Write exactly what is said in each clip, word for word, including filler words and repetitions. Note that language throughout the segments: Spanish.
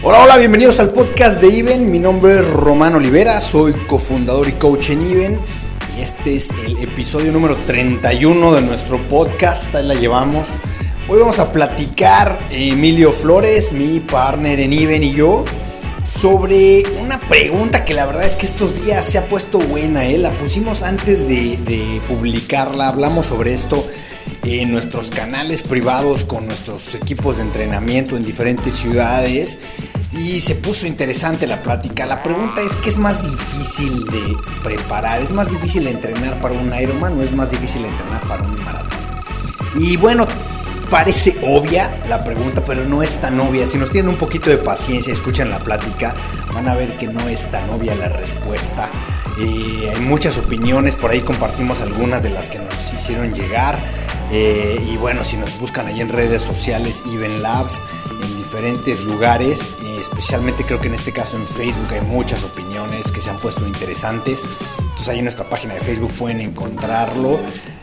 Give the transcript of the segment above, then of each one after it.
Hola, hola, bienvenidos al podcast de Even. Mi nombre es Román Olivera, soy cofundador y coach en Even. Y este es el episodio número treinta y uno de nuestro podcast, ahí la llevamos. Hoy vamos a platicar, Emilio Flores, mi partner en Even, y yo, sobre una pregunta que la verdad es que estos días se ha puesto buena, ¿eh? La pusimos antes de, de publicarla, hablamos sobre esto en nuestros canales privados con nuestros equipos de entrenamiento en diferentes ciudades y se puso interesante la plática. La pregunta es, ¿qué es más difícil de preparar? ¿Es más difícil entrenar para un Ironman o es más difícil entrenar para un maratón? Y bueno, parece obvia la pregunta, pero no es tan obvia. Si nos tienen un poquito de paciencia y escuchan la plática, van a ver que no es tan obvia la respuesta. Eh, hay muchas opiniones, por ahí compartimos algunas de las que nos hicieron llegar. Eh, y bueno, si nos buscan ahí en redes sociales, Even Labs, en diferentes lugares, eh, especialmente creo que en este caso en Facebook hay muchas opiniones que se han puesto interesantes. Entonces ahí en nuestra página de Facebook pueden encontrarlo.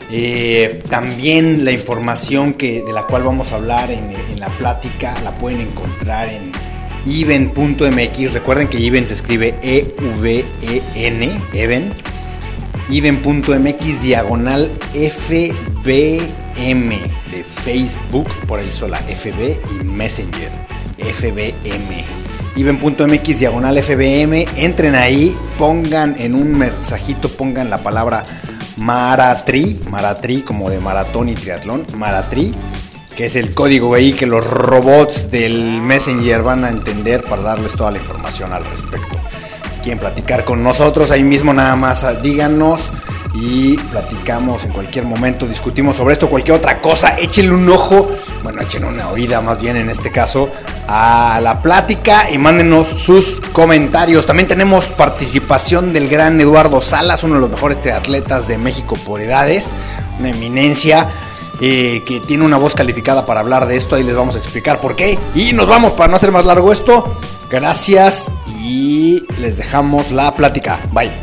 Eh, también la información que, de la cual vamos a hablar en, en la plática la pueden encontrar en even punto m x. Recuerden que Even se escribe E V E N, Even. even punto m x diagonal F B M de Facebook, por el sola F B, y Messenger F B M. even punto m x diagonal F B M. Entren ahí, pongan en un mensajito, pongan la palabra Maratri, Maratri como de maratón y triatlón, Maratri, que es el código ahí que los robots del Messenger van a entender para darles toda la información al respecto. Si quieren platicar con nosotros, ahí mismo nada más díganos y platicamos en cualquier momento, discutimos sobre esto, cualquier otra cosa. Échenle un ojo, bueno, échenle una oída más bien en este caso a la plática y mándenos sus comentarios. También tenemos participación del gran Eduardo Salas, uno de los mejores triatletas de México por edades, una eminencia eh, que tiene una voz calificada para hablar de esto. Ahí les vamos a explicar por qué. Y nos vamos, para no hacer más largo esto. Gracias y les dejamos la plática. Bye.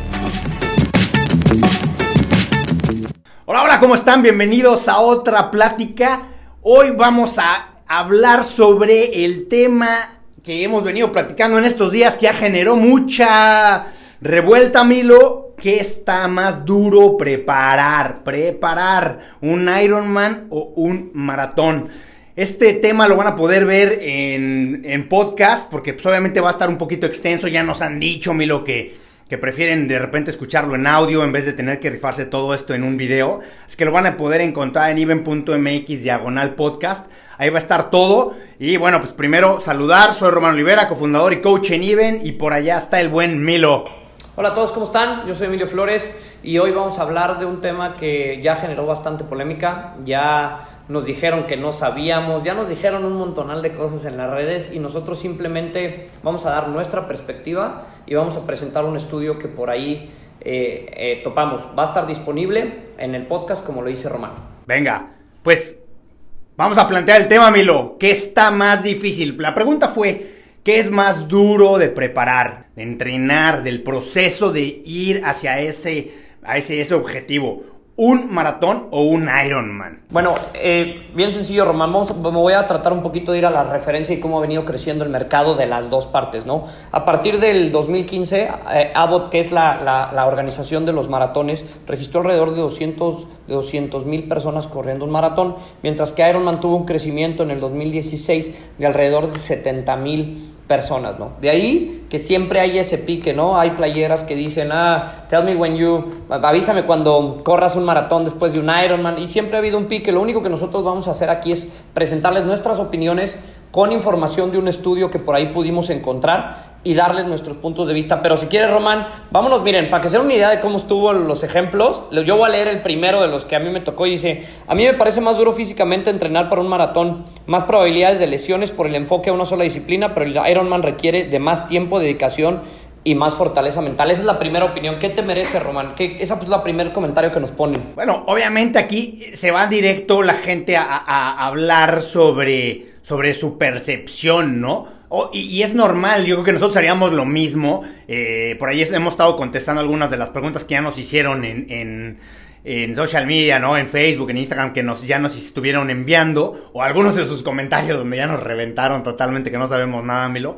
Hola, hola, ¿cómo están? Bienvenidos a otra plática. Hoy vamos a hablar sobre el tema que hemos venido platicando en estos días, que ya generó mucha revuelta, Milo. ¿Qué está más duro preparar? Preparar un Ironman o un maratón. Este tema lo van a poder ver en, en podcast, porque pues obviamente va a estar un poquito extenso. Ya nos han dicho, Milo, que... que prefieren de repente escucharlo en audio en vez de tener que rifarse todo esto en un video. Así que lo van a poder encontrar en even punto m x diagonal podcast. Ahí va a estar todo. Y bueno, pues primero saludar. Soy Román Olivera, cofundador y coach en Even. Y por allá está el buen Milo. Hola a todos, ¿cómo están? Yo soy Emilio Flores y hoy vamos a hablar de un tema que ya generó bastante polémica. Ya nos dijeron que no sabíamos, ya nos dijeron un montonal de cosas en las redes y nosotros simplemente vamos a dar nuestra perspectiva y vamos a presentar un estudio que por ahí eh, eh, topamos. Va a estar disponible en el podcast, como lo dice Román. Venga, pues vamos a plantear el tema, Milo. ¿Qué está más difícil? La pregunta fue, ¿qué es más duro de preparar, de entrenar, del proceso de ir hacia ese, a ese, ese objetivo? ¿Un maratón o un Ironman? Bueno, eh, bien sencillo, Román. Vamos, me voy a tratar un poquito de ir a la referencia y cómo ha venido creciendo el mercado de las dos partes, ¿no? A partir del dos mil quince, eh, Abbott, que es la, la, la organización de los maratones, registró alrededor de doscientos mil personas corriendo un maratón, mientras que Ironman tuvo un crecimiento en el dos mil dieciséis de alrededor de setenta mil personas, ¿no? De ahí que siempre hay ese pique, ¿no? Hay playeras que dicen, ah, tell me when you, avísame cuando corras un maratón después de un Ironman, y siempre ha habido un pique. Lo único que nosotros vamos a hacer aquí es presentarles nuestras opiniones con información de un estudio que por ahí pudimos encontrar y darles nuestros puntos de vista. Pero si quieres, Román, vámonos, miren, para que se den una idea de cómo estuvo los ejemplos, yo voy a leer el primero de los que a mí me tocó y dice, a mí me parece más duro físicamente entrenar para un maratón, más probabilidades de lesiones por el enfoque a una sola disciplina, pero el Ironman requiere de más tiempo, dedicación y más fortaleza mental. Esa es la primera opinión. ¿Qué te merece, Román? ¿Qué, esa es la primer comentario que nos ponen. Bueno, obviamente aquí se va directo la gente a, a, a hablar sobre, sobre su percepción, ¿no? Oh, y, y es normal, yo creo que nosotros haríamos lo mismo. Eh, por ahí hemos estado contestando algunas de las preguntas que ya nos hicieron en, en, en social media, ¿no? En Facebook, en Instagram, que nos, ya nos estuvieron enviando, o algunos de sus comentarios donde ya nos reventaron totalmente, que no sabemos nada, Milo.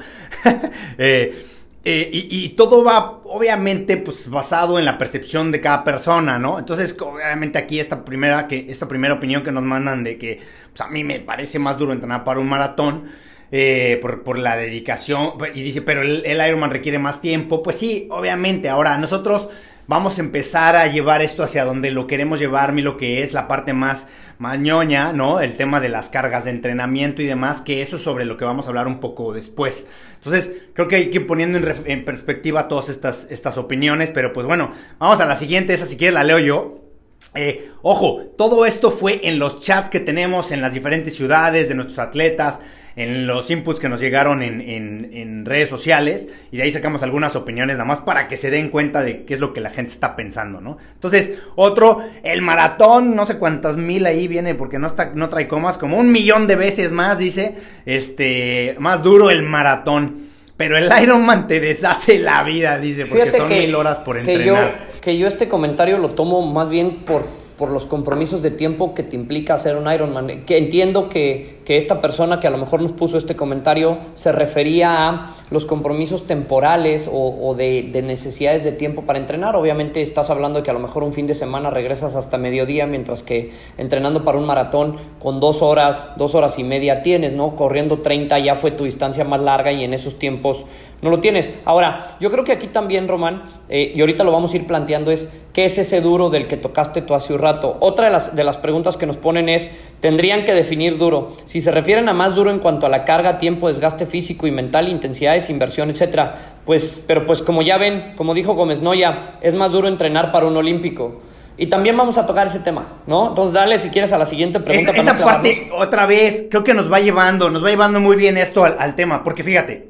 eh, eh, y, y todo va, obviamente, pues basado en la percepción de cada persona, ¿no? Entonces, obviamente aquí esta primera, que, esta primera opinión que nos mandan de que, pues a mí me parece más duro entrenar para un maratón, Eh, por, por la dedicación, y dice, pero el, el Ironman requiere más tiempo. Pues sí, obviamente. Ahora nosotros vamos a empezar a llevar esto hacia donde lo queremos llevar, lo que es la parte más, más ñoña, ¿no? El tema de las cargas de entrenamiento y demás, que eso es sobre lo que vamos a hablar un poco después. Entonces, creo que hay que ir poniendo en, ref, en perspectiva todas estas, estas opiniones, pero pues bueno, vamos a la siguiente, esa si quieres la leo yo. Eh, ojo, todo esto fue en los chats que tenemos en las diferentes ciudades de nuestros atletas, en los inputs que nos llegaron en, en, en redes sociales, y de ahí sacamos algunas opiniones nada más para que se den cuenta de qué es lo que la gente está pensando, ¿no? Entonces, otro, el maratón, no sé cuántas mil ahí viene porque no está, no trae comas, como un millón de veces más, dice, este, más duro el maratón, pero el Ironman te deshace la vida, dice, porque Fíjate son que, mil horas por que entrenar. Yo, que yo este comentario lo tomo más bien por, por los compromisos de tiempo que te implica hacer un Ironman. Que entiendo que, que esta persona que a lo mejor nos puso este comentario se refería a los compromisos temporales o, o de, de necesidades de tiempo para entrenar. Obviamente estás hablando de que a lo mejor un fin de semana regresas hasta mediodía, mientras que entrenando para un maratón con dos horas, dos horas y media tienes, ¿no? Corriendo treinta ya fue tu distancia más larga y en esos tiempos no lo tienes. Ahora, yo creo que aquí también, Román, eh, y ahorita lo vamos a ir planteando, es ¿qué es ese duro del que tocaste tú hace un rato? Otra de las, de las preguntas que nos ponen es, tendrían que definir duro. Si se refieren a más duro en cuanto a la carga, tiempo, desgaste físico y mental, intensidades, inversión, etcétera, pues, pero pues como ya ven, como dijo Gómez Noya, es más duro entrenar para un olímpico. Y también vamos a tocar ese tema, ¿no? Entonces dale si quieres a la siguiente pregunta. Es, esa no parte, otra vez, creo que nos va llevando, nos va llevando muy bien esto al, al tema, porque fíjate,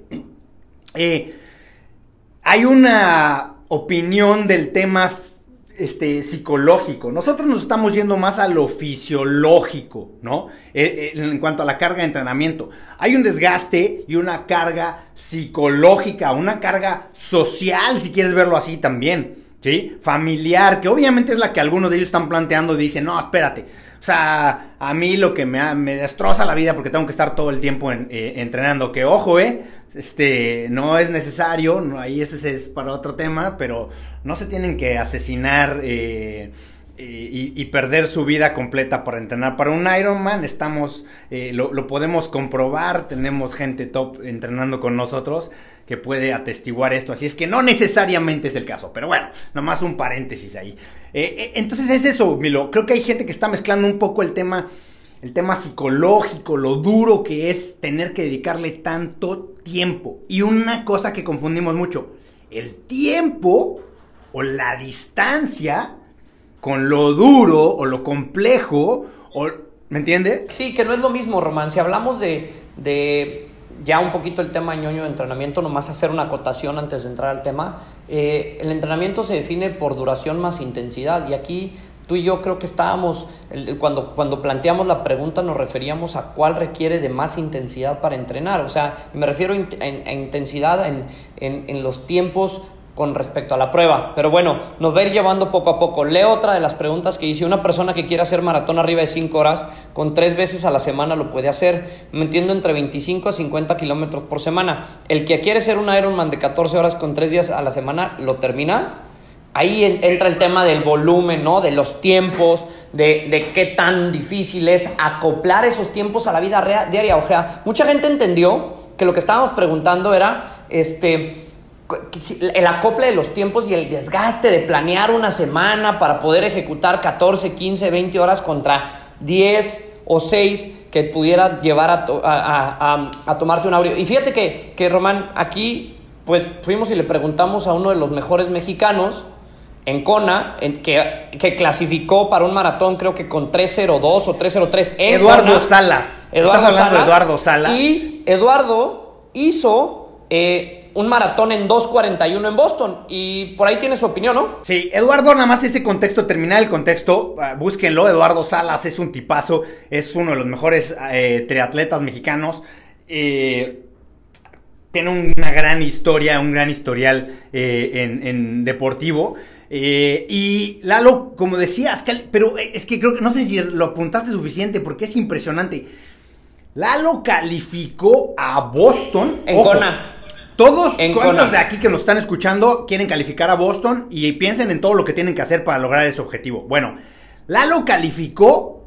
eh, hay una opinión del tema este, psicológico. Nosotros nos estamos yendo más a lo fisiológico, ¿no? Eh, eh, en cuanto a la carga de entrenamiento. Hay un desgaste y una carga psicológica, una carga social, si quieres verlo así también, ¿sí? Familiar, que obviamente es la que algunos de ellos están planteando y dicen, no, espérate. O sea, a mí lo que me, me destroza la vida porque tengo que estar todo el tiempo en, eh, entrenando, que ojo, eh, este, no es necesario, no, ahí ese es para otro tema, pero no se tienen que asesinar eh, y, y perder su vida completa para entrenar para un Ironman. Estamos, eh, lo, lo podemos comprobar, tenemos gente top entrenando con nosotros que puede atestiguar esto, así es que no necesariamente es el caso, pero bueno, nomás un paréntesis ahí. Eh, eh, entonces es eso, Milo, creo que hay gente que está mezclando un poco el tema, el tema psicológico, lo duro que es tener que dedicarle tanto tiempo. Y una cosa que confundimos mucho, el tiempo o la distancia con lo duro o lo complejo, o, ¿me entiendes? Sí, que no es lo mismo, Román. Si hablamos de... de... ya un poquito el tema ñoño de entrenamiento, nomás hacer una acotación antes de entrar al tema. Eh, el entrenamiento se define por duración más intensidad, y aquí tú y yo creo que estábamos, el, cuando, cuando planteamos la pregunta nos referíamos a cuál requiere de más intensidad para entrenar. O sea, me refiero a in, a intensidad en, en, en los tiempos con respecto a la prueba, pero bueno, nos va a ir llevando poco a poco. Leo otra de las preguntas que hice. Una persona que quiere hacer maratón arriba de cinco horas, con tres veces a la semana lo puede hacer, me entiendo, entre veinticinco a cincuenta kilómetros por semana. El que quiere ser un Ironman de catorce horas con tres días a la semana, ¿lo termina? Ahí en, entra el tema del volumen, ¿no? De los tiempos, de, de qué tan difícil es acoplar esos tiempos a la vida rea, diaria. O sea, mucha gente entendió que lo que estábamos preguntando era, este... el acople de los tiempos y el desgaste de planear una semana para poder ejecutar catorce, quince, veinte horas contra diez o seis que pudiera llevar a, to- a, a, a, a tomarte un audio. Y fíjate que, que Román, aquí pues fuimos y le preguntamos a uno de los mejores mexicanos en Kona, en, que, que clasificó para un maratón, creo que con tres cero dos o tres cero tres. Eduardo Kona. Salas. Eduardo ¿Estás hablando Salas, de Eduardo Salas? Y Eduardo hizo... Eh, un maratón en dos cuarenta y uno en Boston, y por ahí tiene su opinión, ¿no? Sí, Eduardo, nada más ese contexto, terminar el contexto, uh, búsquenlo. Eduardo Salas es un tipazo, es uno de los mejores eh, triatletas mexicanos, eh, tiene una gran historia, un gran historial eh, en, en deportivo. Eh, y Lalo, como decías, pero es que creo que no sé si lo apuntaste suficiente porque es impresionante. Lalo calificó a Boston. En ojo, Kona. Todos En cuantos Kona. de aquí que nos están escuchando quieren calificar a Boston y piensen en todo lo que tienen que hacer para lograr ese objetivo. Bueno, Lalo calificó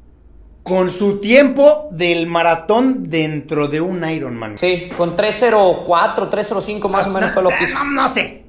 con su tiempo del maratón dentro de un Ironman. Sí, con tres cero cuatro, tres cero cinco más o menos fue lo que hizo. No, no sé.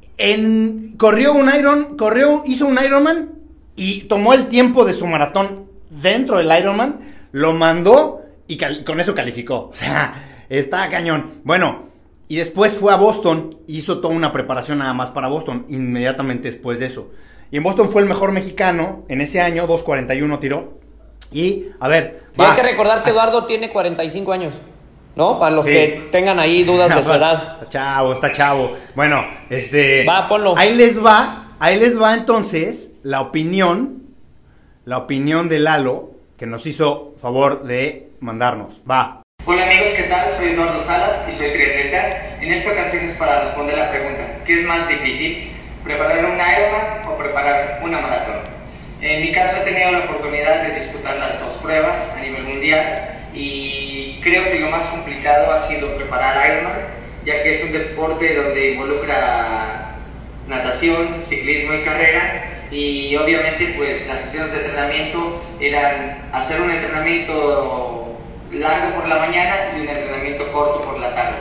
En, corrió un Iron, corrió, hizo un Ironman y tomó el tiempo de su maratón dentro del Ironman, lo mandó y cal, con eso calificó. O sea, está cañón. Bueno, y después fue a Boston, hizo toda una preparación nada más para Boston, inmediatamente después de eso. Y en Boston fue el mejor mexicano en ese año, dos cuarenta y uno tiró. Y, a ver, y hay que recordar que Eduardo tiene cuarenta y cinco años, ¿no? Para los sí. que tengan ahí dudas de su edad. Está chavo, está chavo. Bueno, este... Va, ponlo. Ahí les va, ahí les va entonces la opinión, la opinión de Lalo, que nos hizo favor de mandarnos. Va. Hola amigos, ¿qué tal? Soy Eduardo Salas y soy triatleta. En esta ocasión es para responder la pregunta, ¿qué es más difícil? ¿Preparar un Ironman o preparar una maratón? En mi caso he tenido la oportunidad de disputar las dos pruebas a nivel mundial y creo que lo más complicado ha sido preparar Ironman, ya que es un deporte donde involucra natación, ciclismo y carrera, y obviamente pues las sesiones de entrenamiento eran hacer un entrenamiento largo por la mañana y un entrenamiento corto por la tarde.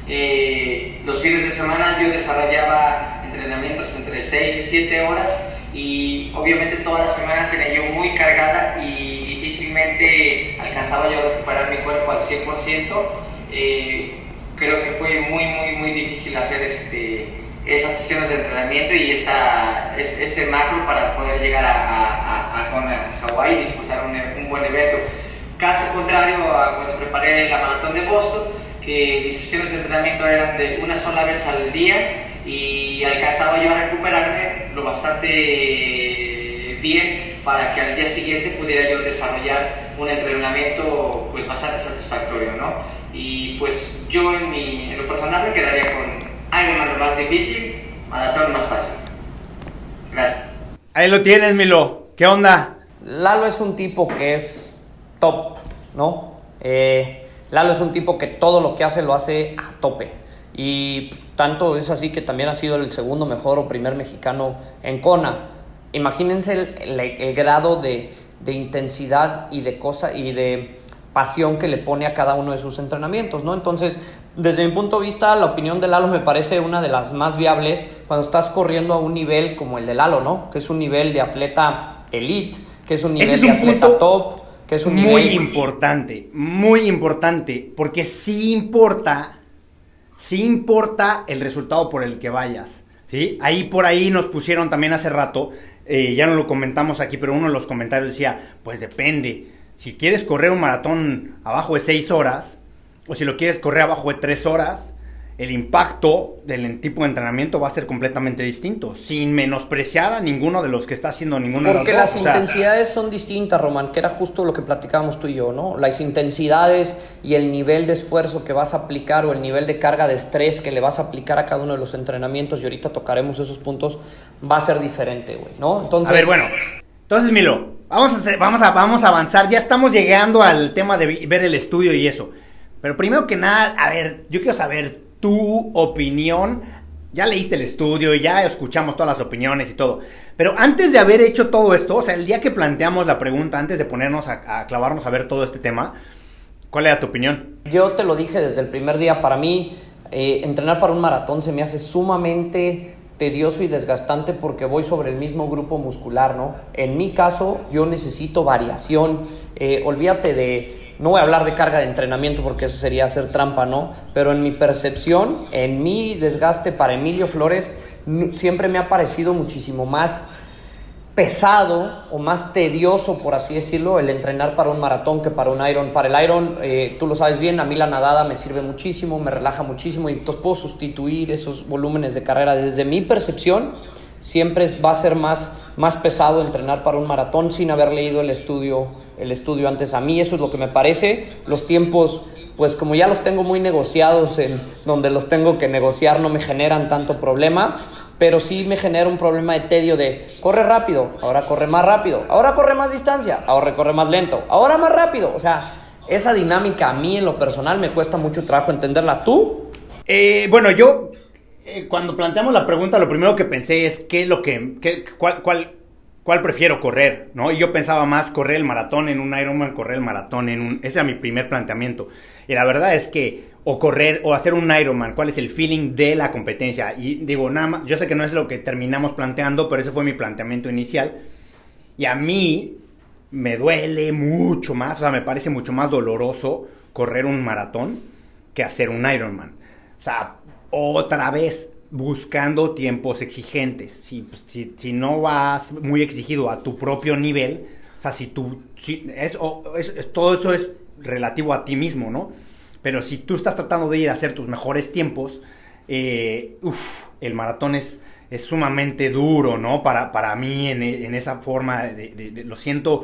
Eh, los fines de semana yo desarrollaba entrenamientos entre seis y siete horas y obviamente toda la semana tenía yo muy cargada y difícilmente alcanzaba yo a recuperar mi cuerpo al cien por ciento. Eh, creo que fue muy muy muy difícil hacer este, esas sesiones de entrenamiento y esa, es, ese macro para poder llegar a, a, a, a Hawái y disputar un, un buen evento. Caso contrario a cuando preparé la maratón de Boston, que mis sesiones de entrenamiento eran de una sola vez al día y alcanzaba yo a recuperarme lo bastante bien para que al día siguiente pudiera yo desarrollar un entrenamiento pues bastante satisfactorio, ¿no? Y pues yo en, mi, en lo personal me quedaría con Ironman más difícil, maratón más fácil. Gracias. Ahí lo tienes, Milo. ¿Qué onda? Lalo es un tipo que es top, ¿no? Eh, Lalo es un tipo que todo lo que hace lo hace a tope. Y pues, tanto es así que también ha sido el segundo mejor o primer mexicano en Kona. Imagínense el, el, el grado de, de intensidad y de cosa y de pasión que le pone a cada uno de sus entrenamientos, ¿no? Entonces, desde mi punto de vista, la opinión de Lalo me parece una de las más viables cuando estás corriendo a un nivel como el de Lalo, ¿no? Que es un nivel de atleta elite, que es un nivel es un de atleta top, que es un muy nivel... importante, muy importante, porque sí importa, sí importa el resultado por el que vayas, ¿sí? Ahí por ahí nos pusieron también hace rato, eh, ya no lo comentamos aquí, pero uno de los comentarios decía, pues depende. Si quieres correr un maratón abajo de seis horas, o si lo quieres correr abajo de tres horas, el impacto del tipo de entrenamiento va a ser completamente distinto, sin menospreciar a ninguno de los que está haciendo ninguno de los dos. Porque las intensidades son distintas, Román, que era justo lo que platicábamos tú y yo, ¿no? Las intensidades y el nivel de esfuerzo que vas a aplicar o el nivel de carga de estrés que le vas a aplicar a cada uno de los entrenamientos, y ahorita tocaremos esos puntos, va a ser diferente, güey, ¿no? Entonces... A ver, bueno, entonces, Milo, vamos a, hacer, vamos, a, vamos a avanzar, ya estamos llegando al tema de ver el estudio y eso. Pero primero que nada, a ver, yo quiero saber tu opinión. Ya leíste el estudio, ya escuchamos todas las opiniones y todo. Pero antes de haber hecho todo esto, o sea, el día que planteamos la pregunta, antes de ponernos a, a clavarnos a ver todo este tema, ¿cuál era tu opinión? Yo te lo dije desde el primer día, para mí, eh, entrenar para un maratón se me hace sumamente tedioso y desgastante porque voy sobre el mismo grupo muscular, ¿no? En mi caso, yo necesito variación. Eh, olvídate de... No voy a hablar de carga de entrenamiento porque eso sería hacer trampa, ¿no? Pero en mi percepción, en mi desgaste para Emilio Flores, siempre me ha parecido muchísimo más pesado o más tedioso, por así decirlo, el entrenar para un maratón que para un Iron. Para el Iron, eh, tú lo sabes bien, a mí la nadada me sirve muchísimo, me relaja muchísimo y entonces puedo sustituir esos volúmenes de carrera. Desde mi percepción, siempre va a ser más, más pesado entrenar para un maratón sin haber leído el estudio, el estudio antes. A mí eso es lo que me parece. Los tiempos, pues como ya los tengo muy negociados, en donde los tengo que negociar no me generan tanto problema, pero sí me genera un problema de tedio de corre rápido, ahora corre más rápido, ahora corre más distancia, ahora corre más lento, ahora más rápido. O sea, esa dinámica a mí en lo personal me cuesta mucho trabajo entenderla. ¿Tú? Eh, bueno, yo eh, cuando planteamos la pregunta, lo primero que pensé es qué es lo que, qué, cuál, cuál, cuál prefiero correr, ¿no? Y yo pensaba más correr el maratón en un Ironman, correr el maratón en un... Ese era mi primer planteamiento. Y la verdad es que o correr o hacer un Ironman, cuál es el feeling de la competencia. Y digo, nada más, yo sé que no es lo que terminamos planteando, pero ese fue mi planteamiento inicial. Y a mí me duele mucho más, o sea, me parece mucho más doloroso correr un maratón que hacer un Ironman. O sea, otra vez buscando tiempos exigentes. Si, si, si no vas muy exigido a tu propio nivel, o sea, si tú, si, es, es, todo eso es relativo a ti mismo, ¿no? Pero si tú estás tratando de ir a hacer tus mejores tiempos, eh, uf, el maratón es, es sumamente duro, ¿no? Para, para mí en, en esa forma, de, de, de, lo siento,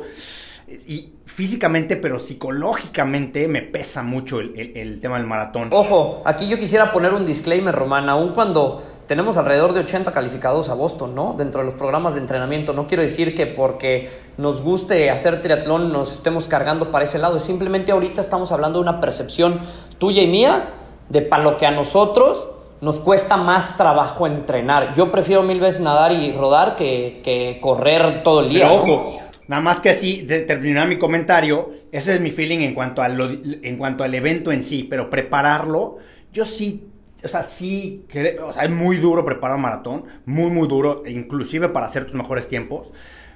y físicamente, pero psicológicamente me pesa mucho el, el, el tema del maratón. Ojo, aquí yo quisiera poner un disclaimer, Román, aun cuando tenemos alrededor de ochenta calificados a Boston, ¿no? Dentro de los programas de entrenamiento. No quiero decir que porque nos guste hacer triatlón nos estemos cargando para ese lado. Simplemente ahorita estamos hablando de una percepción tuya y mía de para lo que a nosotros nos cuesta más trabajo entrenar. Yo prefiero mil veces nadar y rodar que, que correr todo el día. Pero ojo, nada más que así de terminar mi comentario, ese es mi feeling en cuanto, a lo, en cuanto al evento en sí, pero prepararlo, yo sí... O sea, sí, o sea, es muy duro preparar un maratón, muy, muy duro, inclusive para hacer tus mejores tiempos,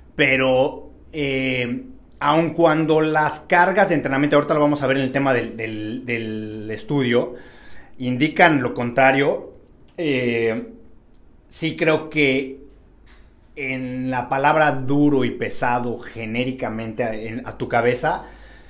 pero eh, aun cuando las cargas de entrenamiento, ahorita lo vamos a ver en el tema del, del, del estudio, indican lo contrario, eh, sí creo que en la palabra duro y pesado genéricamente a, en, a tu cabeza,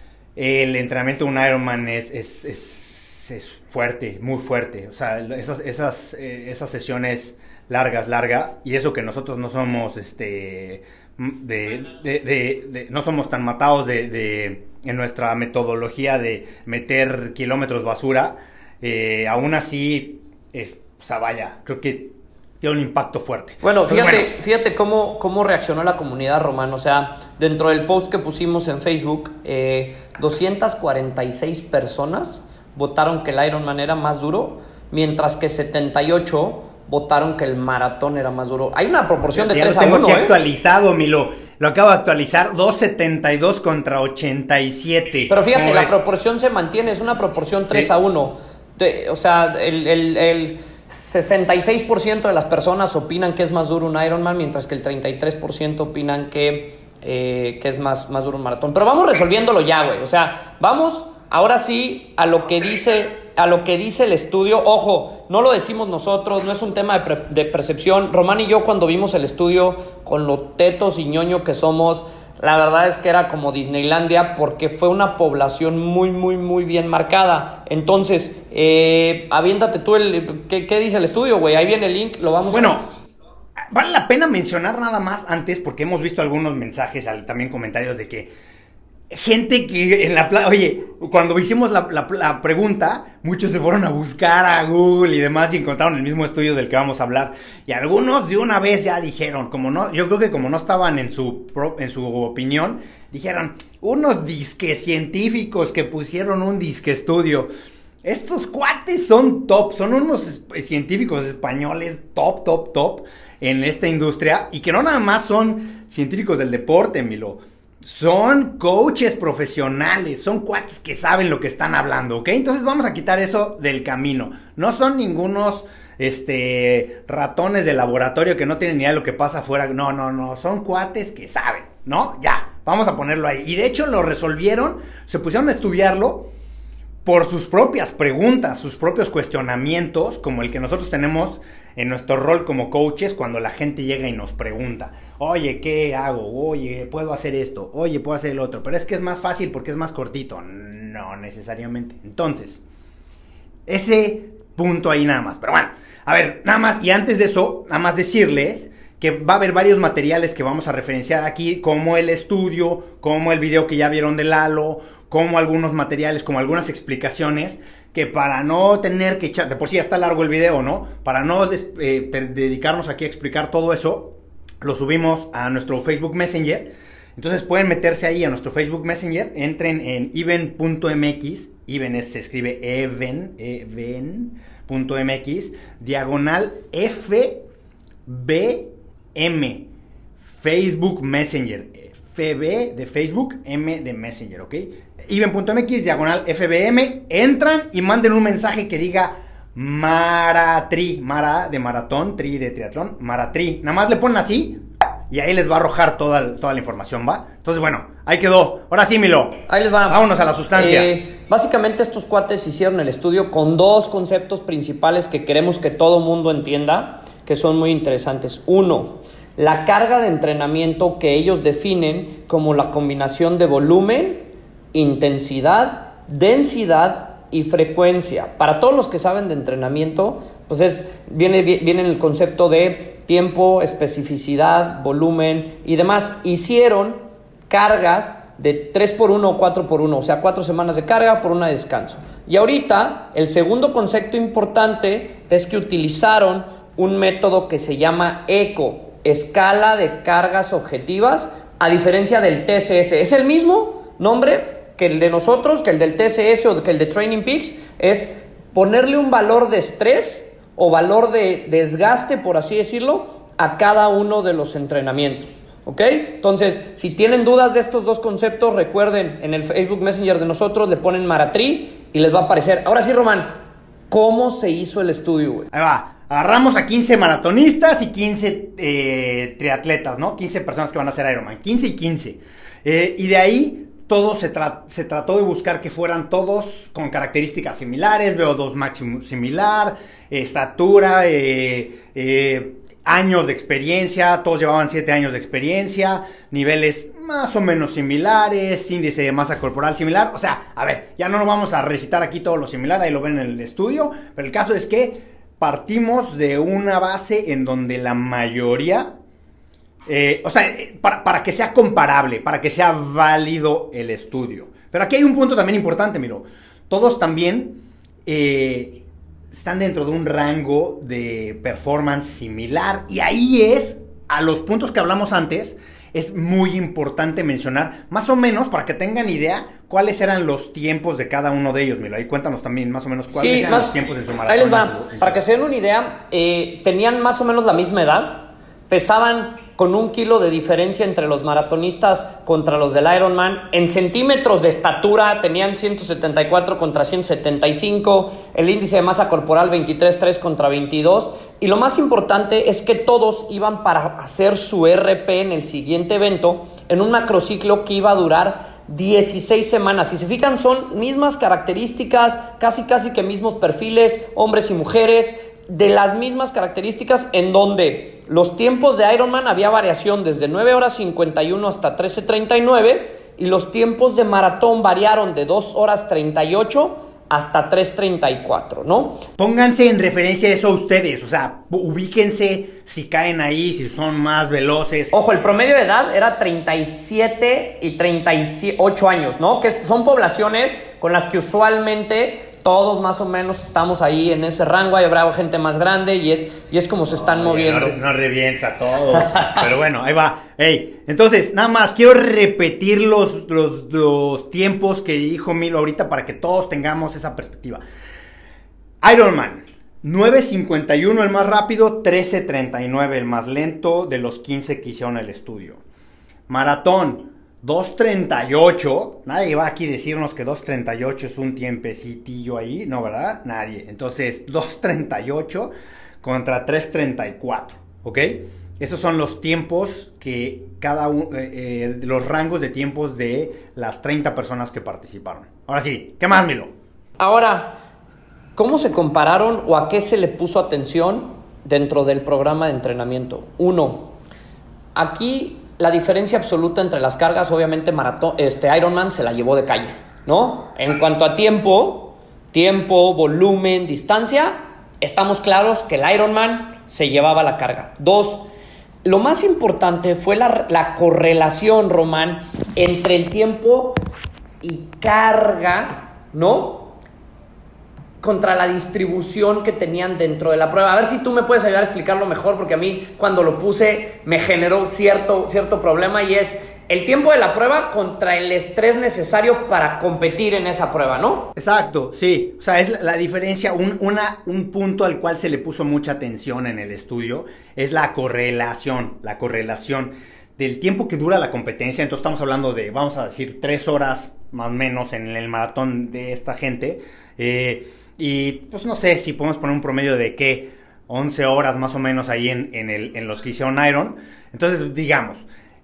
el entrenamiento de un Ironman es... es, es es fuerte, muy fuerte. O sea, esas, esas, eh, esas sesiones largas, largas, y eso que nosotros no somos, este, de, de, de, de no somos tan matados de, de, en nuestra metodología de meter kilómetros basura, eh, aún así, es, o sea, vaya, creo que tiene un impacto fuerte. Bueno, Entonces, fíjate, bueno. fíjate cómo, cómo reaccionó la comunidad, Román. O sea, dentro del post que pusimos en Facebook, eh, doscientas cuarenta y seis personas votaron que el Ironman era más duro, mientras que setenta y ocho votaron que el maratón era más duro. Hay una proporción de ya tres lo a tengo uno, aquí ¿eh? actualizado, Milo. Lo acabo de actualizar, doscientos setenta y dos contra ochenta y siete. Pero fíjate, la ves? proporción se mantiene, es una proporción tres Sí. a uno. De, o sea, el, el, el sesenta y seis por ciento de las personas opinan que es más duro un Ironman, mientras que el treinta y tres por ciento opinan que, eh, que es más, más duro un maratón. Pero vamos resolviéndolo ya, güey. O sea, vamos... Ahora sí, a lo que dice, a lo que dice el estudio. Ojo, no lo decimos nosotros, no es un tema de, pre- de percepción. Román y yo, cuando vimos el estudio, con lo tetos y ñoño que somos, la verdad es que era como Disneylandia, porque fue una población muy, muy, muy bien marcada. Entonces, eh, aviéntate tú el... ¿Qué, qué dice el estudio, güey? Ahí viene el link, lo vamos bueno, a... Bueno, vale la pena mencionar nada más antes, porque hemos visto algunos mensajes, también comentarios de que gente que en la playa, oye, cuando hicimos la, la, la pregunta, muchos se fueron a buscar a Google y demás y encontraron el mismo estudio del que vamos a hablar. Y algunos de una vez ya dijeron, como no, yo creo que como no estaban en su, en su opinión, dijeron, unos disque científicos que pusieron un disque estudio. Estos cuates son top, son unos científicos españoles top, top, top en esta industria y que no nada más son científicos del deporte, Milo. Son coaches profesionales, son cuates que saben lo que están hablando, ¿ok? Entonces vamos a quitar eso del camino. No son ningunos este, ratones de laboratorio que no tienen ni idea de lo que pasa afuera. No, no, no, son cuates que saben, ¿no? Ya, vamos a ponerlo ahí. Y de hecho lo resolvieron, se pusieron a estudiarlo por sus propias preguntas, sus propios cuestionamientos, como el que nosotros tenemos en nuestro rol como coaches cuando la gente llega y nos pregunta, oye, ¿qué hago? Oye, ¿puedo hacer esto? Oye, ¿puedo hacer el otro? Pero es que es más fácil porque es más cortito. No necesariamente. Entonces, ese punto ahí nada más. Pero bueno, a ver, nada más, y antes de eso, nada más decirles que va a haber varios materiales que vamos a referenciar aquí, como el estudio, como el video que ya vieron de Lalo, como algunos materiales, como algunas explicaciones que para no tener que echar, de por sí ya está largo el video, ¿no? Para no des, eh, te, dedicarnos aquí a explicar todo eso, lo subimos a nuestro Facebook Messenger. Entonces pueden meterse ahí a nuestro Facebook Messenger, entren en even punto m x, even es, se escribe even, even punto m x, diagonal F B M, Facebook Messenger, F B de Facebook, M de Messenger, ¿ok? even punto m x, diagonal F B M, entran y manden un mensaje que diga Maratri, Mara de maratón, Tri de triatlón, Maratri, nada más le ponen así y ahí les va a arrojar toda, toda la información, ¿va? Entonces, bueno, ahí quedó. Ahora sí, Milo. Ahí les va. Vámonos a la sustancia. Eh, básicamente estos cuates hicieron el estudio con dos conceptos principales que queremos que todo mundo entienda, que son muy interesantes. Uno, la carga de entrenamiento que ellos definen como la combinación de volumen, intensidad, densidad y frecuencia. Para todos los que saben de entrenamiento, pues es, viene, viene el concepto de tiempo, especificidad, volumen y demás. Hicieron cargas de tres por uno o cuatro por uno, o sea, cuatro semanas de carga por una de descanso. Y ahorita, el segundo concepto importante es que utilizaron un método que se llama ECO, escala de cargas objetivas, a diferencia del T C S. Es el mismo nombre que el de nosotros, que el del T C S o que el de Training Peaks, es ponerle un valor de estrés o valor de desgaste, por así decirlo, a cada uno de los entrenamientos, ¿ok? Entonces, si tienen dudas de estos dos conceptos, recuerden, en el Facebook Messenger de nosotros le ponen Maratri y les va a aparecer. Ahora sí, Román, ¿cómo se hizo el estudio, güey? Ahí va. Agarramos a quince maratonistas y quince eh, triatletas, ¿no? quince personas que van a hacer Ironman. quince y quince. Eh, y de ahí todo se, tra- se trató de buscar que fueran todos con características similares, V O dos máximo similar, eh, estatura, eh, eh, años de experiencia, todos llevaban siete años de experiencia, niveles más o menos similares, índice de masa corporal similar. O sea, a ver, ya no nos vamos a recitar aquí todo lo similar, ahí lo ven en el estudio, pero el caso es que partimos de una base en donde la mayoría... Eh, o sea, para, para que sea comparable, para que sea válido el estudio. Pero aquí hay un punto también importante, miro. Todos también eh, están dentro de un rango de performance similar. Y ahí es, a los puntos que hablamos antes, es muy importante mencionar, más o menos, para que tengan idea, cuáles eran los tiempos de cada uno de ellos. Mira, ahí cuéntanos también más o menos cuáles sí, eran más, los tiempos en su maratón. Ahí les va, en su, en para su... que se den una idea, eh, tenían más o menos la misma edad, pesaban con un kilo de diferencia entre los maratonistas contra los del Ironman. En centímetros de estatura tenían ciento setenta y cuatro contra ciento setenta y cinco, el índice de masa corporal veintitrés punto tres contra veintidós, y lo más importante es que todos iban para hacer su R P en el siguiente evento en un macrociclo que iba a durar dieciséis semanas. Si se fijan, son mismas características, casi casi que mismos perfiles, hombres y mujeres, de las mismas características, en donde los tiempos de Ironman había variación desde nueve horas cincuenta y uno hasta trece treinta y nueve, y los tiempos de maratón variaron de dos horas treinta y ocho hasta tres treinta y cuatro, ¿no? Pónganse en referencia a eso ustedes, o sea, ubíquense si caen ahí, si son más veloces. Ojo, el promedio de edad era treinta y siete y treinta y ocho años, ¿no? Que son poblaciones con las que usualmente todos más o menos estamos ahí en ese rango. Hay habrá gente más grande y es, y es como se están Oye, moviendo. No, no revienta a todos. Pero bueno, ahí va. Hey, entonces, nada más quiero repetir los, los, los tiempos que dijo Milo ahorita para que todos tengamos esa perspectiva. Ironman, nueve cincuenta y uno el más rápido, trece treinta y nueve el más lento de los quince que hicieron el estudio. Maratón, dos treinta y ocho, nadie va aquí a decirnos que dos treinta y ocho es un tiempecitillo ahí, ¿no, verdad? Nadie. Entonces, dos treinta y ocho contra tres treinta y cuatro, ¿ok? Esos son los tiempos que cada uno, eh, eh, los rangos de tiempos de las treinta personas que participaron. Ahora sí, ¿qué más, Milo? Ahora, ¿cómo se compararon o a qué se le puso atención dentro del programa de entrenamiento? Uno, aquí la diferencia absoluta entre las cargas, obviamente maratón, este Ironman se la llevó de calle, ¿no? En cuanto a tiempo, tiempo, volumen, distancia, estamos claros que el Ironman se llevaba la carga. Dos, lo más importante fue la, la correlación, Román, entre el tiempo y carga, ¿no? contra la distribución que tenían dentro de la prueba. A ver si tú me puedes ayudar a explicarlo mejor, porque a mí cuando lo puse me generó cierto, cierto problema, y es el tiempo de la prueba contra el estrés necesario para competir en esa prueba, ¿no? Exacto, sí. O sea, es la, la diferencia, un, una, un punto al cual se le puso mucha atención en el estudio es la correlación, la correlación del tiempo que dura la competencia. Entonces estamos hablando de, vamos a decir, tres horas más o menos en el maratón de esta gente. Eh, y pues no sé si podemos poner un promedio de qué, once horas más o menos ahí en, en, el, en los que hicieron Iron. Entonces, digamos,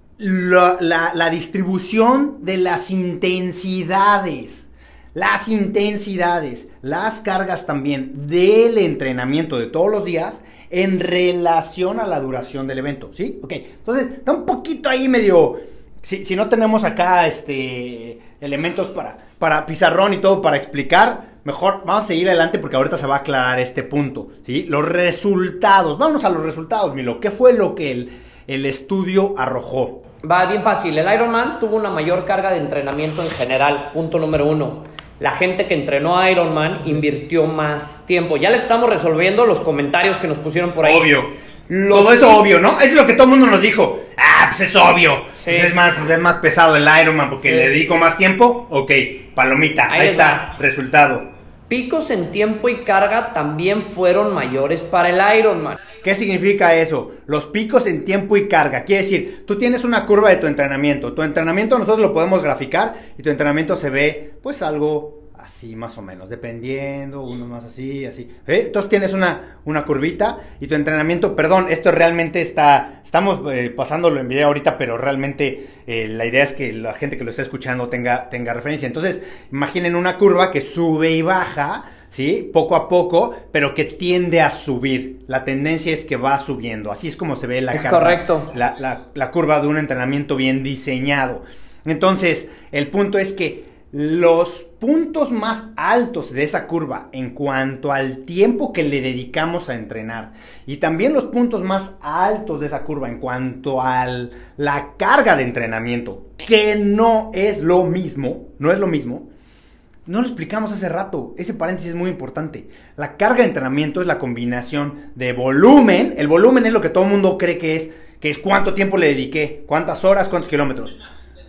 la, la, la distribución de las intensidades, las intensidades, las cargas también del entrenamiento de todos los días en relación a la duración del evento, ¿sí? Ok, entonces está un poquito ahí medio, si, si no tenemos acá este elementos para, para pizarrón y todo para explicar, mejor vamos a seguir adelante porque ahorita se va a aclarar este punto, ¿sí? Los resultados, vámonos a los resultados, Milo. ¿Qué fue lo que el, el estudio arrojó? Va bien fácil. El Ironman tuvo una mayor carga de entrenamiento en general. Punto número uno. La gente que entrenó a Ironman invirtió más tiempo. Ya le estamos resolviendo los comentarios que nos pusieron por ahí. Obvio. Los todo eso obvio, ¿no? Eso es lo que todo el mundo nos dijo. Ah, pues es obvio. Sí. Pues es más, es más pesado el Ironman porque sí. Le dedico más tiempo. Ok, palomita. Ahí, ahí está, va. Resultado. Picos en tiempo y carga también fueron mayores para el Ironman. ¿Qué significa eso? Los picos en tiempo y carga. Quiere decir, tú tienes una curva de tu entrenamiento. Tu entrenamiento nosotros lo podemos graficar y tu entrenamiento se ve pues algo así más o menos, dependiendo, uno más así, así. ¿Eh? Entonces tienes una, una curvita y tu entrenamiento, perdón, esto realmente está, estamos eh, pasándolo en video ahorita, pero realmente eh, la idea es que la gente que lo está escuchando tenga, tenga referencia. Entonces, imaginen una curva que sube y baja, ¿sí? Poco a poco, pero que tiende a subir. La tendencia es que va subiendo. Así es como se ve la, es carga, correcto. La, la, la curva de un entrenamiento bien diseñado. Entonces, el punto es que los puntos más altos de esa curva en cuanto al tiempo que le dedicamos a entrenar y también los puntos más altos de esa curva en cuanto a la carga de entrenamiento, que no es lo mismo, no es lo mismo, no lo explicamos hace rato, ese paréntesis es muy importante. La carga de entrenamiento es la combinación de volumen, el volumen es lo que todo el mundo cree que es, que es cuánto tiempo le dediqué, cuántas horas, cuántos kilómetros,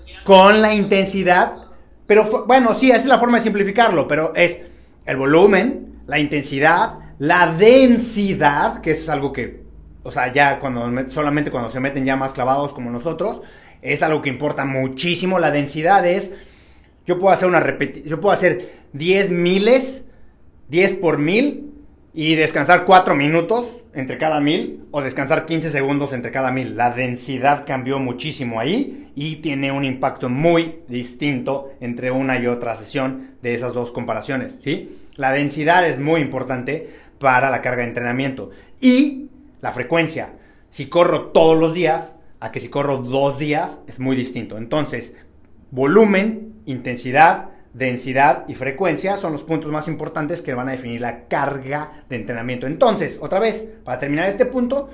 con la intensidad. Pero bueno, sí, esa es la forma de simplificarlo, pero es el volumen, la intensidad, la densidad, que eso es algo que, o sea, ya cuando solamente cuando se meten ya más clavados como nosotros, es algo que importa muchísimo. La densidad es, yo puedo hacer una repetición, yo puedo hacer diez miles, diez por mil y descansar cuatro minutos entre cada mil o descansar quince segundos entre cada mil. La densidad cambió muchísimo ahí y tiene un impacto muy distinto entre una y otra sesión de esas dos comparaciones, ¿sí? La densidad es muy importante para la carga de entrenamiento y la frecuencia. Si corro todos los días a que si corro dos días es muy distinto. Entonces, volumen, intensidad, densidad y frecuencia son los puntos más importantes que van a definir la carga de entrenamiento. Entonces, otra vez, para terminar este punto,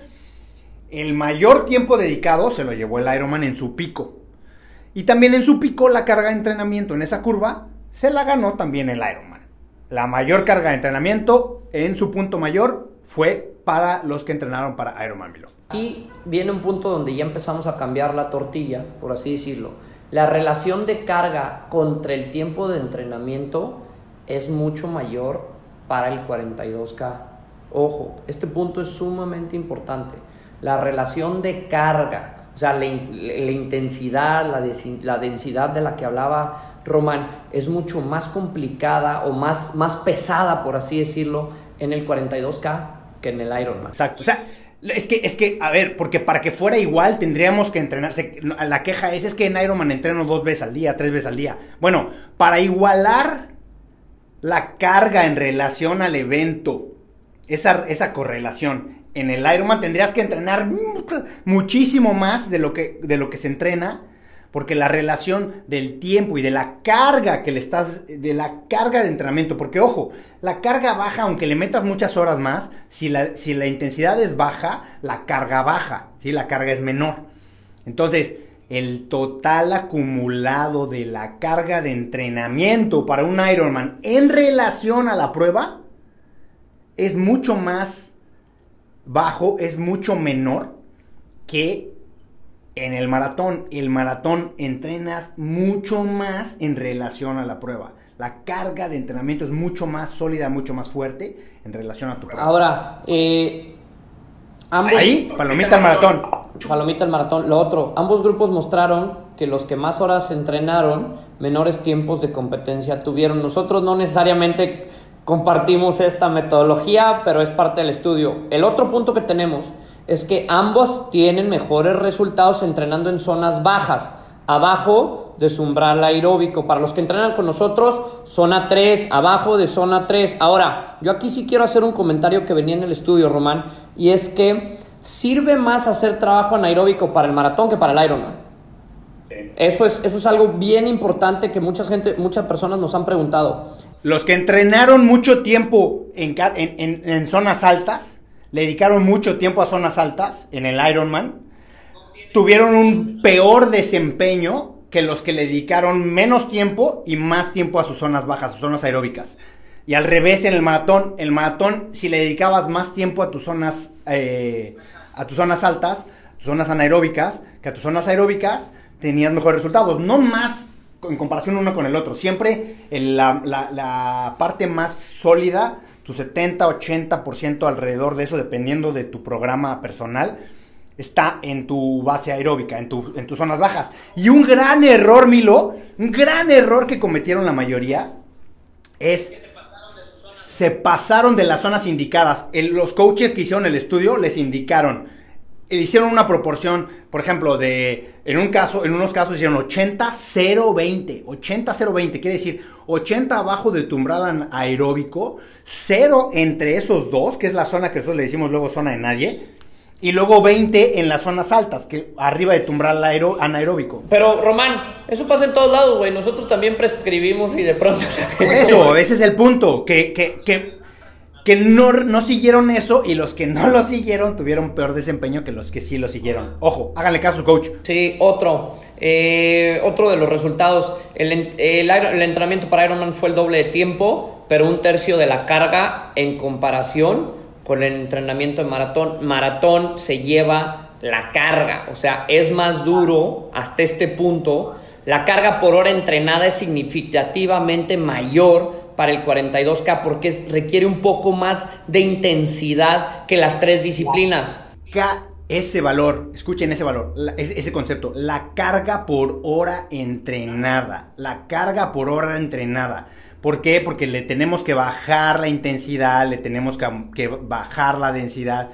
el mayor tiempo dedicado se lo llevó el Ironman en su pico. Y también en su pico la carga de entrenamiento en esa curva se la ganó también el Ironman. La mayor carga de entrenamiento en su punto mayor fue para los que entrenaron para Ironman Milo. Aquí viene un punto donde ya empezamos a cambiar la tortilla, por así decirlo. La relación de carga contra el tiempo de entrenamiento es mucho mayor para el cuarenta y dos K. Ojo, este punto es sumamente importante. La relación de carga, o sea, la, la intensidad, la, des, la densidad de la que hablaba Román, es mucho más complicada o más, más pesada, por así decirlo, en el cuarenta y dos K que en el Ironman. Exacto, o sea, es que, es que, a ver, porque para que fuera igual tendríamos que entrenarse. La queja es, es que en Ironman entreno dos veces al día, tres veces al día. Bueno, para igualar la carga en relación al evento, esa, esa correlación, en el Ironman tendrías que entrenar muchísimo más de lo que, de lo que se entrena, porque la relación del tiempo y de la carga que le estás, de la carga de entrenamiento, porque ojo, la carga baja, aunque le metas muchas horas más, si la, si la intensidad es baja, la carga baja, ¿sí? La carga es menor. Entonces, el total acumulado de la carga de entrenamiento para un Ironman en relación a la prueba es mucho más bajo, es mucho menor que en el maratón. El maratón entrenas mucho más en relación a la prueba. La carga de entrenamiento es mucho más sólida, mucho más fuerte en relación a tu prueba. Ahora, eh, ambos... Ahí, palomita al maratón. Palomita al maratón. Lo otro, ambos grupos mostraron que los que más horas entrenaron, menores tiempos de competencia tuvieron. Nosotros no necesariamente compartimos esta metodología, pero es parte del estudio. El otro punto que tenemos es que ambos tienen mejores resultados entrenando en zonas bajas, abajo de su umbral aeróbico. Para los que entrenan con nosotros, zona tres, abajo de zona tres. Ahora, yo aquí sí quiero hacer un comentario que venía en el estudio, Román, y es que sirve más hacer trabajo anaeróbico para el maratón que para el Ironman. Sí. Eso es, eso es algo bien importante que mucha gente, muchas personas nos han preguntado. Los que entrenaron mucho tiempo en, en, en, en zonas altas, le dedicaron mucho tiempo a zonas altas en el Ironman, tuvieron un peor desempeño que los que le dedicaron menos tiempo y más tiempo a sus zonas bajas, sus zonas aeróbicas. Y al revés en el maratón, el maratón si le dedicabas más tiempo a tus zonas, eh, a tus zonas altas, tus zonas anaeróbicas, que a tus zonas aeróbicas, tenías mejores resultados, no más en comparación uno con el otro. Siempre en la, la, la parte más sólida, tu setenta, ochenta por ciento alrededor de eso, dependiendo de tu programa personal, está en tu base aeróbica, en, tu, en tus zonas bajas. Y un gran error, Milo, un gran error que cometieron la mayoría es... Se pasaron de las zonas indicadas. El, los coaches que hicieron el estudio les indicaron, hicieron una proporción, por ejemplo, de, en un caso, en unos casos hicieron ochenta cero veinte, ochenta cero veinte, quiere decir ochenta abajo de tu umbral aeróbico, cero entre esos dos, que es la zona que nosotros le decimos luego zona de nadie, y luego veinte en las zonas altas, que arriba de tu umbral aero, anaeróbico. Pero, Román, eso pasa en todos lados, güey. Nosotros también prescribimos y de pronto... Por eso, ese es el punto, que, que, que, que no, no siguieron eso, y los que no lo siguieron tuvieron peor desempeño que los que sí lo siguieron. Ojo, háganle caso, coach. Sí, otro. Eh, otro de los resultados, el, el, el entrenamiento para Ironman fue el doble de tiempo, pero un tercio de la carga en comparación con el entrenamiento de maratón. Maratón se lleva la carga, o sea, es más duro hasta este punto. La carga por hora entrenada es significativamente mayor para el cuarenta y dos K porque es, requiere un poco más de intensidad que las tres disciplinas. K, ese valor, escuchen ese valor, la, ese, ese concepto, la carga por hora entrenada, la carga por hora entrenada. ¿Por qué? Porque le tenemos que bajar la intensidad, le tenemos que, que bajar la densidad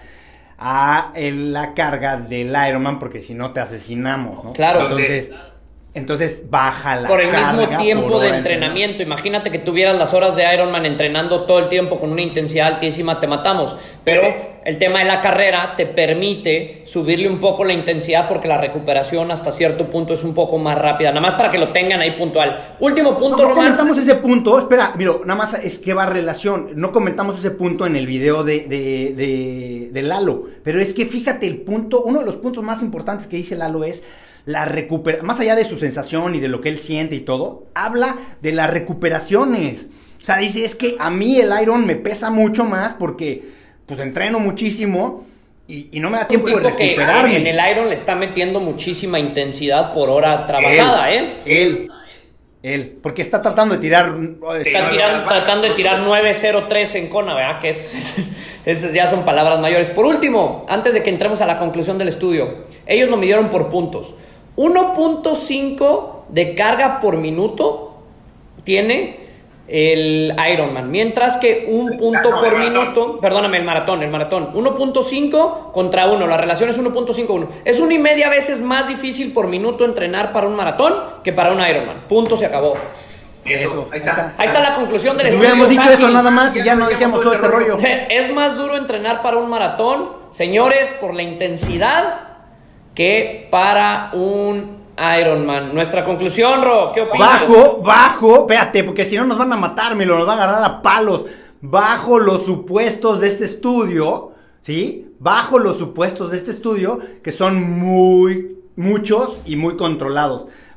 a el, la carga del Ironman, porque si no te asesinamos, ¿no? Claro. Entonces, entonces baja la por el carga mismo tiempo por de hora entrenamiento. Imagínate que tuvieras las horas de Ironman entrenando todo el tiempo con una intensidad altísima, te matamos. Pero el tema de la carrera te permite subirle un poco la intensidad porque la recuperación hasta cierto punto es un poco más rápida. Nada más para que lo tengan ahí puntual. Último punto, no, no Román. comentamos ese punto, espera, mira, nada más es que va relación. No comentamos ese punto en el video de, de, de, de Lalo. Pero es que fíjate el punto, uno de los puntos más importantes que dice Lalo es la recuperación, más allá de su sensación y de lo que él siente y todo, habla de las recuperaciones. O sea, dice, es que a mí el Iron me pesa mucho más porque pues entreno muchísimo y, y no me da tiempo de recuperarme. Que en el Iron le está metiendo muchísima intensidad por hora trabajada, él, ¿eh? Él, él, porque está tratando de tirar... Está tirando, tratando de tirar nueve cero tres en Kona, ¿verdad? Que es, esas ya son palabras mayores. Por último, antes de que entremos a la conclusión del estudio, ellos lo midieron por puntos. uno punto cinco de carga por minuto tiene el Ironman, mientras que un punto por minuto, perdóname, el maratón, el maratón, uno punto cinco contra uno, la relación es uno punto cinco uno. Es una y media veces más difícil por minuto entrenar para un maratón que para un Ironman. Punto, se acabó. Eso, ahí está. Ahí está la conclusión del si estudio. Hubiéramos dicho fácil. Eso nada más y ya no decíamos todo este rollo. Es más duro entrenar para un maratón, señores, por la intensidad que para un Ironman. Nuestra conclusión, Ro, ¿qué opinas? Bajo, bajo, espérate, porque si no nos van a matar, me lo nos van a agarrar a palos. Bajo los supuestos de este estudio, ¿sí? Bajo los supuestos de este estudio, que son muy, muchos y muy controlados.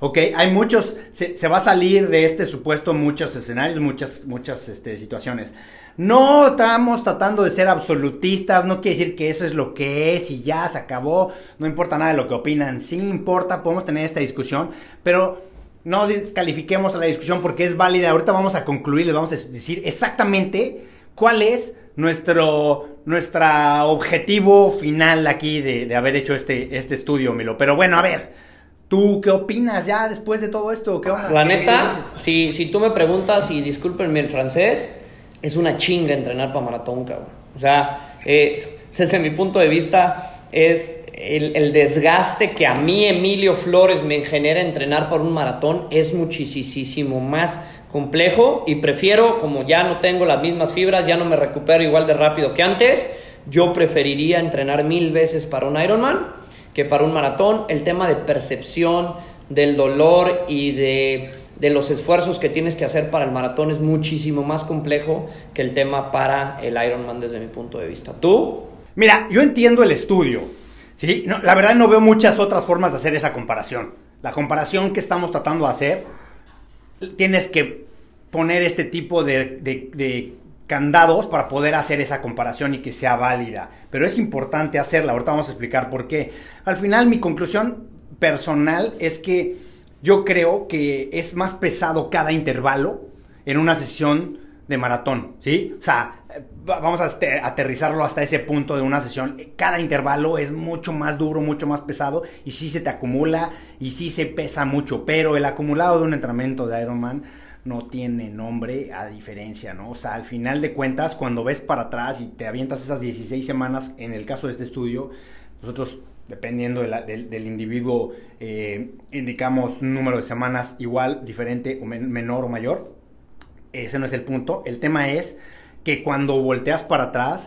¿ok? Hay muchos, se, se va a salir de este supuesto muchos escenarios, muchas, muchas este, situaciones. No estamos tratando de ser absolutistas, no quiere decir que eso es lo que es y ya se acabó, no importa nada de lo que opinan, sí importa, podemos tener esta discusión, pero no descalifiquemos a la discusión porque es válida. Ahorita vamos a concluir, les vamos a decir exactamente cuál es nuestro, nuestro objetivo final aquí de, de haber hecho este, este estudio, Milo. Pero bueno, a ver, ¿tú qué opinas ya después de todo esto? ¿Qué onda? La neta, si, si tú me preguntas, y discúlpenme el francés, es una chinga entrenar para maratón, cabrón. O sea, eh, desde mi punto de vista, es el, el desgaste que a mí, Emilio Flores, me genera entrenar para un maratón es muchísimo más complejo y prefiero, como ya no tengo las mismas fibras, ya no me recupero igual de rápido que antes, yo preferiría entrenar mil veces para un Ironman que para un maratón. El tema de percepción del dolor y de... de los esfuerzos que tienes que hacer para el maratón es muchísimo más complejo que el tema para el Ironman desde mi punto de vista. ¿Tú? Mira, yo entiendo el estudio, ¿sí? No, la verdad no veo muchas otras formas de hacer esa comparación. La comparación que estamos tratando de hacer, tienes que poner este tipo de, de, de candados para poder hacer esa comparación y que sea válida. Pero es importante hacerla, ahorita vamos a explicar por qué. Al final, mi conclusión personal es que yo creo que es más pesado cada intervalo en una sesión de maratón, ¿sí? O sea, vamos a aterrizarlo hasta ese punto de una sesión. Cada intervalo es mucho más duro, mucho más pesado y sí se te acumula y sí se pesa mucho. Pero el acumulado de un entrenamiento de Ironman no tiene nombre a diferencia, ¿no? O sea, al final de cuentas, cuando ves para atrás y te avientas esas dieciséis semanas, en el caso de este estudio, nosotros... dependiendo de la, del, del individuo, eh, indicamos un número de semanas igual, diferente, o men- menor o mayor. Ese no es el punto. El tema es que cuando volteas para atrás,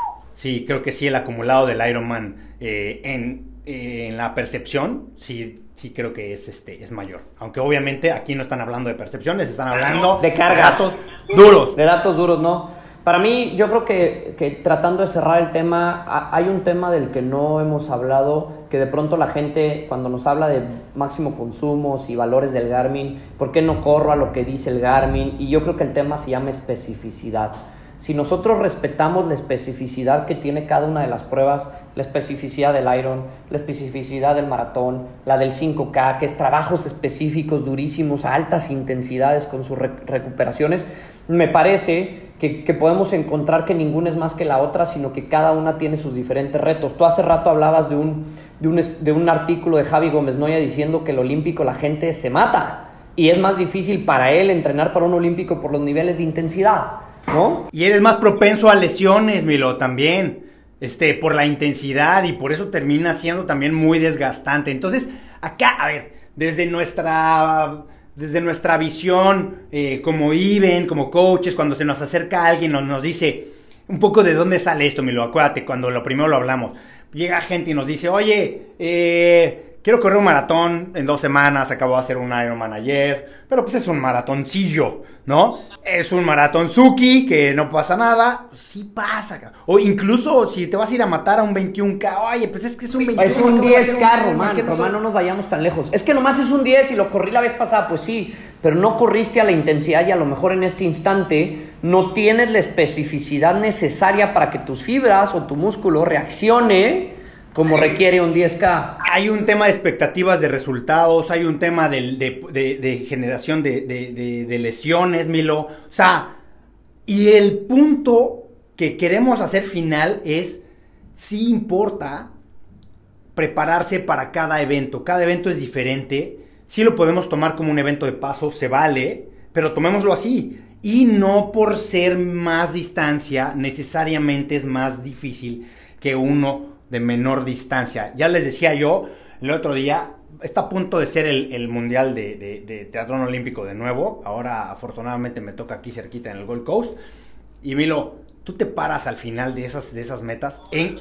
sí, creo que sí, el acumulado del Ironman eh, en, eh, en la percepción, sí, sí creo que es, este, es mayor. Aunque obviamente aquí no están hablando de percepciones, están hablando de cargas, de datos duros. De datos duros, no. Para mí, yo creo que, que tratando de cerrar el tema, hay un tema del que no hemos hablado, que de pronto la gente, cuando nos habla de máximo consumos y valores del Garmin, ¿por qué no corro a lo que dice el Garmin? Y yo creo que el tema se llama especificidad. Si nosotros respetamos la especificidad que tiene cada una de las pruebas, la especificidad del Iron, la especificidad del maratón, la del cinco K, que es trabajos específicos durísimos a altas intensidades con sus re- recuperaciones, me parece que, que podemos encontrar que ninguna es más que la otra, sino que cada una tiene sus diferentes retos. Tú hace rato hablabas de un, de un, de un artículo de Javi Gómez Noya diciendo que el olímpico la gente se mata y es más difícil para él entrenar para un olímpico por los niveles de intensidad, ¿no? Y eres más propenso a lesiones, Milo, también, este, por la intensidad y por eso termina siendo también muy desgastante. Entonces, acá, a ver, desde nuestra, desde nuestra visión eh, como Iben, como coaches, cuando se nos acerca alguien nos, nos dice un poco de dónde sale esto, Milo, acuérdate, cuando lo primero lo hablamos, llega gente y nos dice, oye, eh... quiero correr un maratón en dos semanas, acabo de hacer un Ironman ayer, pero pues es un maratoncillo, ¿no? Es un maratonzuki, que no pasa nada, sí pasa, cabrón. O incluso si te vas a ir a matar a un veintiún K, oye, pues es que es un veintiún K. Es un diez K, un... Román, no Román, no nos vayamos tan lejos. Es que nomás es un diez y lo corrí la vez pasada, pues sí, pero no corriste a la intensidad y a lo mejor en este instante no tienes la especificidad necesaria para que tus fibras o tu músculo reaccione como requiere un diez K. Hay un tema de expectativas de resultados, hay un tema de, de, de, de generación de, de, de, de lesiones, Milo. O sea, y el punto que queremos hacer final es, sí importa prepararse para cada evento. Cada evento es diferente. Sí lo podemos tomar como un evento de paso, se vale, pero tomémoslo así. Y no por ser más distancia, necesariamente es más difícil que uno de menor distancia. Ya les decía yo el otro día, está a punto de ser el, el mundial de, de, de triatlón olímpico de nuevo. Ahora afortunadamente me toca aquí cerquita en el Gold Coast. Y Milo, tú te paras al final de esas, de esas metas en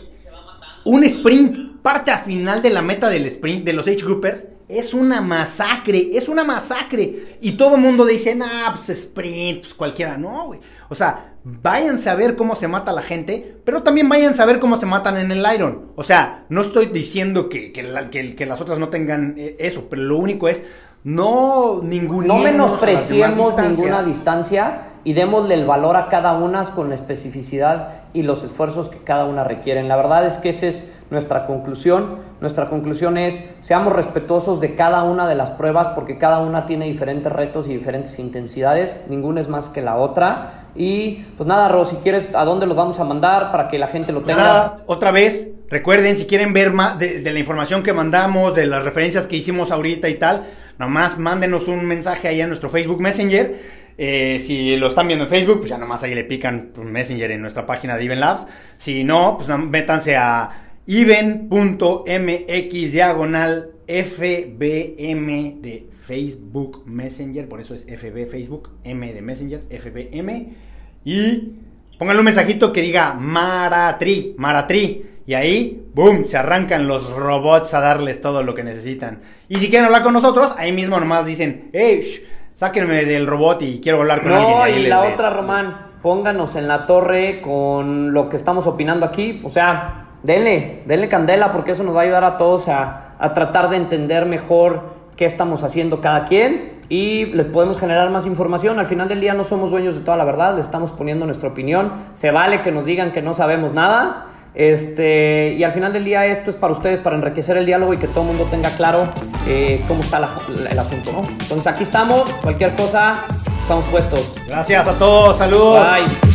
un sprint, parte a final de la meta del sprint de los age groupers. Es una masacre, es una masacre. Y todo el mundo dice, nah, pues sprint, pues cualquiera. No, güey. O sea, váyanse a ver cómo se mata la gente, pero también váyanse a ver cómo se matan en el Iron. O sea, no estoy diciendo que, que, la, que, que las otras no tengan eso, pero lo único es, no ningunemos, no menospreciemos ninguna distancias. distancia y démosle el valor a cada una con la especificidad y los esfuerzos que cada una requieren. La verdad es que esa es nuestra conclusión. Nuestra conclusión es, seamos respetuosos de cada una de las pruebas porque cada una tiene diferentes retos y diferentes intensidades. Ninguna es más que la otra. Y pues nada, Ro, si quieres, ¿a dónde los vamos a mandar para que la gente lo tenga? Nada, otra vez, recuerden, si quieren ver más de, de la información que mandamos, de las referencias que hicimos ahorita y tal, nomás mándenos un mensaje ahí a nuestro Facebook Messenger. Eh, si lo están viendo en Facebook, pues ya nomás ahí le pican Messenger en nuestra página de Even Labs. Si no, pues métanse a even punto m x diagonal f b m de Facebook Messenger. Por eso es F B Facebook, M de Messenger, F B M. Y pónganle un mensajito que diga Maratri, Maratri. Y ahí, boom, se arrancan los robots a darles todo lo que necesitan. Y si quieren hablar con nosotros, ahí mismo nomás dicen, hey, shh, sáquenme del robot y quiero hablar con no, alguien. Y, y les, la les, otra, les... Román, pónganos en la torre con lo que estamos opinando aquí. O sea, denle, denle candela porque eso nos va a ayudar a todos a, a tratar de entender mejor qué estamos haciendo cada quien y les podemos generar más información. Al final del día no somos dueños de toda la verdad, les estamos poniendo nuestra opinión. Se vale que nos digan que no sabemos nada. Este, y al final del día esto es para ustedes, para enriquecer el diálogo y que todo el mundo tenga claro eh, cómo está la, el asunto, ¿no? Entonces aquí estamos, cualquier cosa, estamos puestos. Gracias a todos, saludos. Bye.